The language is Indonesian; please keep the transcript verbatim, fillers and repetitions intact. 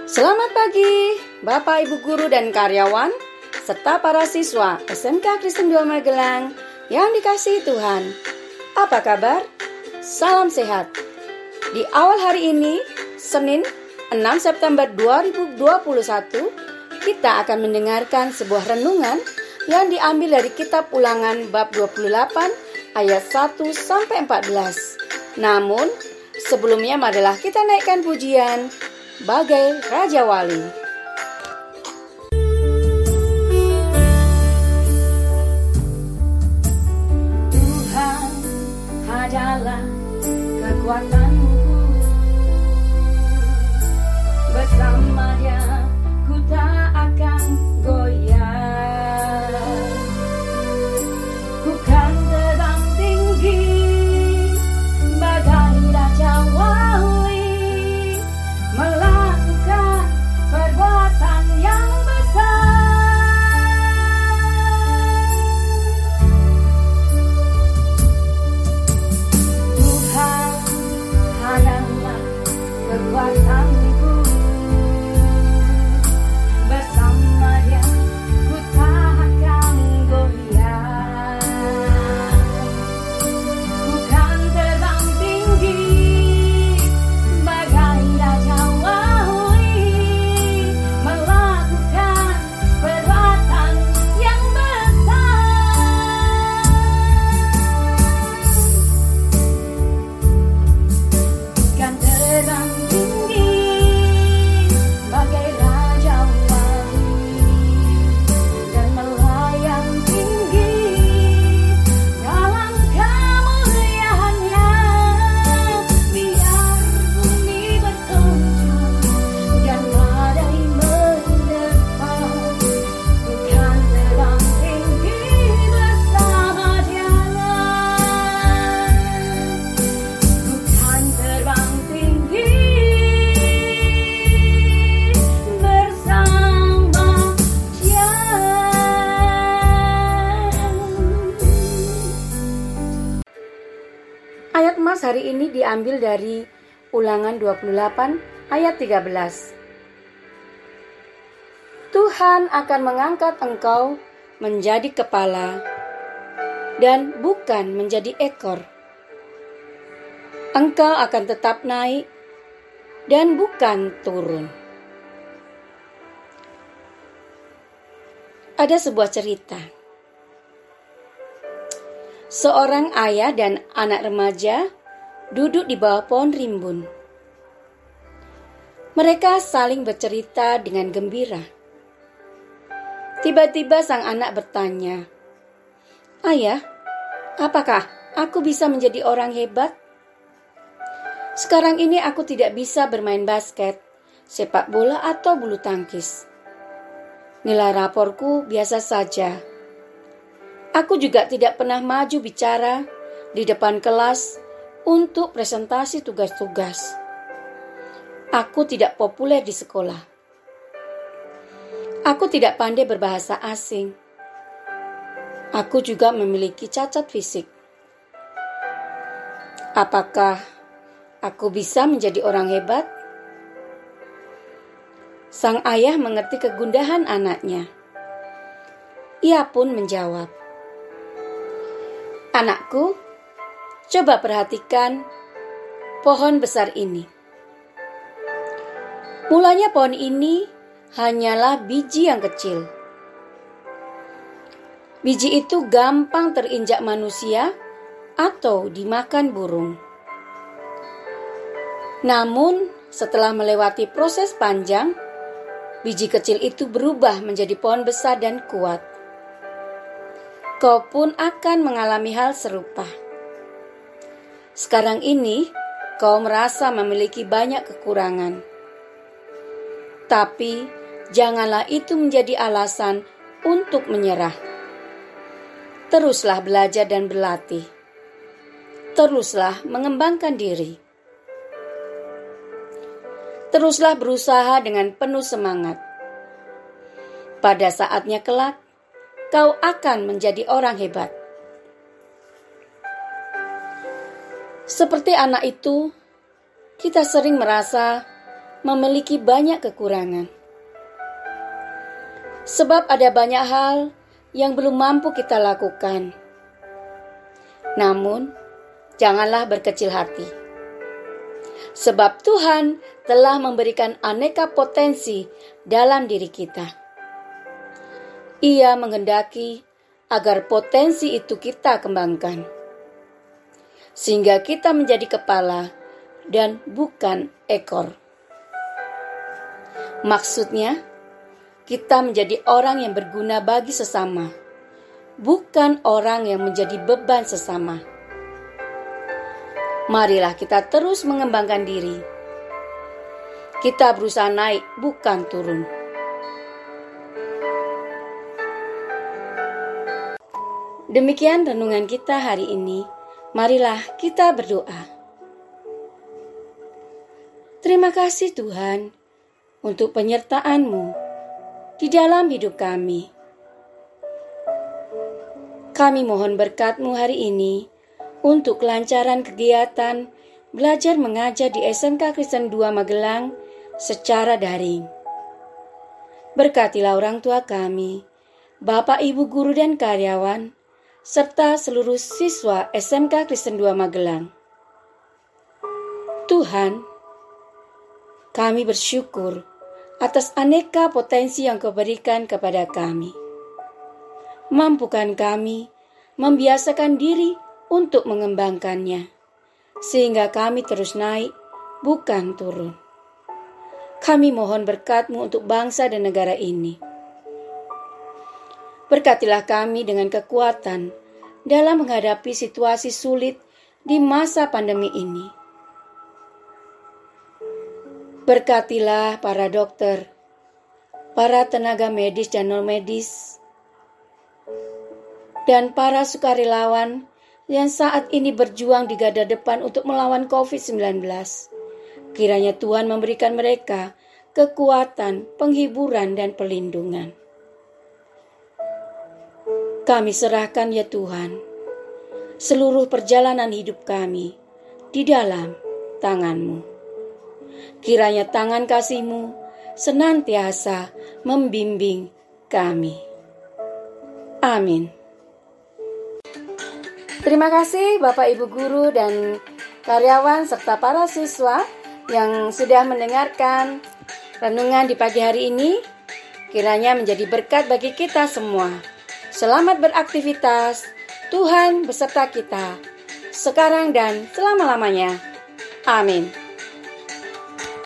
Selamat pagi, Bapak, Ibu Guru dan karyawan, serta para siswa S M K Kristen dua Magelang yang dikasihi Tuhan. Apa kabar? Salam sehat. Di awal hari ini, Senin enam September dua ribu dua puluh satu, kita akan mendengarkan sebuah renungan yang diambil dari kitab Ulangan bab dua puluh delapan ayat satu sampai empat belas. Namun, sebelumnya marilah kita naikkan pujian bagai Raja Wali. Tuhan adalah kekuatanku, bersama Dia ku tak akan goyah. Ku kan terbang tinggi bagai Raja Wali, melakukan perbuatan yang besar. Tuhan adalah kekuatanku, bersama Dia ku tak akan goyah. Ku kan terbang tinggi bagai Raja Wali, melakukan perbuatan yang besar. Kan terbang tinggi bagai Raja Wali, dan melayang tinggi dalam kemuliaannya. Biar bumi bergoncang dan badai menerpa, ku kan terbang tinggi bersama Dia. Ku kan terbang tinggi bersama Dia. Ayat emas hari ini diambil dari Ulangan dua puluh delapan ayat tiga belas. Tuhan akan mengangkat engkau menjadi kepala dan bukan menjadi ekor. Engkau akan tetap naik dan bukan turun. Ada sebuah cerita. Seorang ayah dan anak remaja duduk di bawah pohon rimbun. Mereka saling bercerita dengan gembira. Tiba-tiba sang anak bertanya, "Ayah, apakah aku bisa menjadi orang hebat? Sekarang ini aku tidak bisa bermain basket, sepak bola atau bulu tangkis. Nilai raporku biasa saja. Aku juga tidak pernah maju bicara di depan kelas untuk presentasi tugas-tugas. Aku tidak populer di sekolah. Aku tidak pandai berbahasa asing. Aku juga memiliki cacat fisik. Apakah aku bisa menjadi orang hebat?" Sang ayah mengerti kegundahan anaknya. Ia pun menjawab, "Anakku, coba perhatikan pohon besar ini. Mulanya pohon ini hanyalah biji yang kecil. Biji itu gampang terinjak manusia atau dimakan burung. Namun setelah melewati proses panjang, biji kecil itu berubah menjadi pohon besar dan kuat. Kau pun akan mengalami hal serupa. Sekarang ini kau merasa memiliki banyak kekurangan. Tapi janganlah itu menjadi alasan untuk menyerah. Teruslah belajar dan berlatih. Teruslah mengembangkan diri. Teruslah berusaha dengan penuh semangat. Pada saatnya kelak, kau akan menjadi orang hebat." Seperti anak itu, kita sering merasa memiliki banyak kekurangan. Sebab ada banyak hal yang belum mampu kita lakukan. Namun, janganlah berkecil hati. Sebab Tuhan telah memberikan aneka potensi dalam diri kita. Ia menghendaki agar potensi itu kita kembangkan, sehingga kita menjadi kepala dan bukan ekor. Maksudnya, kita menjadi orang yang berguna bagi sesama, bukan orang yang menjadi beban sesama. Marilah kita terus mengembangkan diri. Kita berusaha naik, bukan turun. Demikian renungan kita hari ini. Marilah kita berdoa. Terima kasih Tuhan untuk penyertaan-Mu di dalam hidup kami. Kami mohon berkat-Mu hari ini untuk kelancaran kegiatan belajar mengajar di S M K Kristen dua Magelang secara daring. Berkatilah orang tua kami, Bapak, Ibu, guru dan karyawan, serta seluruh siswa S M K Kristen dua Magelang. Tuhan, kami bersyukur atas aneka potensi yang Kau berikan kepada kami. Mampukan kami membiasakan diri untuk mengembangkannya, sehingga kami terus naik, bukan turun. Kami mohon berkat-Mu untuk bangsa dan negara ini. Berkatilah kami dengan kekuatan dalam menghadapi situasi sulit di masa pandemi ini. Berkatilah para dokter, para tenaga medis dan non-medis, dan para sukarelawan yang saat ini berjuang di garda depan untuk melawan covid sembilan belas. Kiranya Tuhan memberikan mereka kekuatan, penghiburan, dan perlindungan. Kami serahkan ya Tuhan, seluruh perjalanan hidup kami di dalam tangan-Mu. Kiranya tangan kasih-Mu senantiasa membimbing kami. Amin. Terima kasih Bapak, Ibu guru dan karyawan serta para siswa yang sudah mendengarkan renungan di pagi hari ini. Kiranya menjadi berkat bagi kita semua. Selamat beraktivitas, Tuhan beserta kita, sekarang dan selama-lamanya. Amin.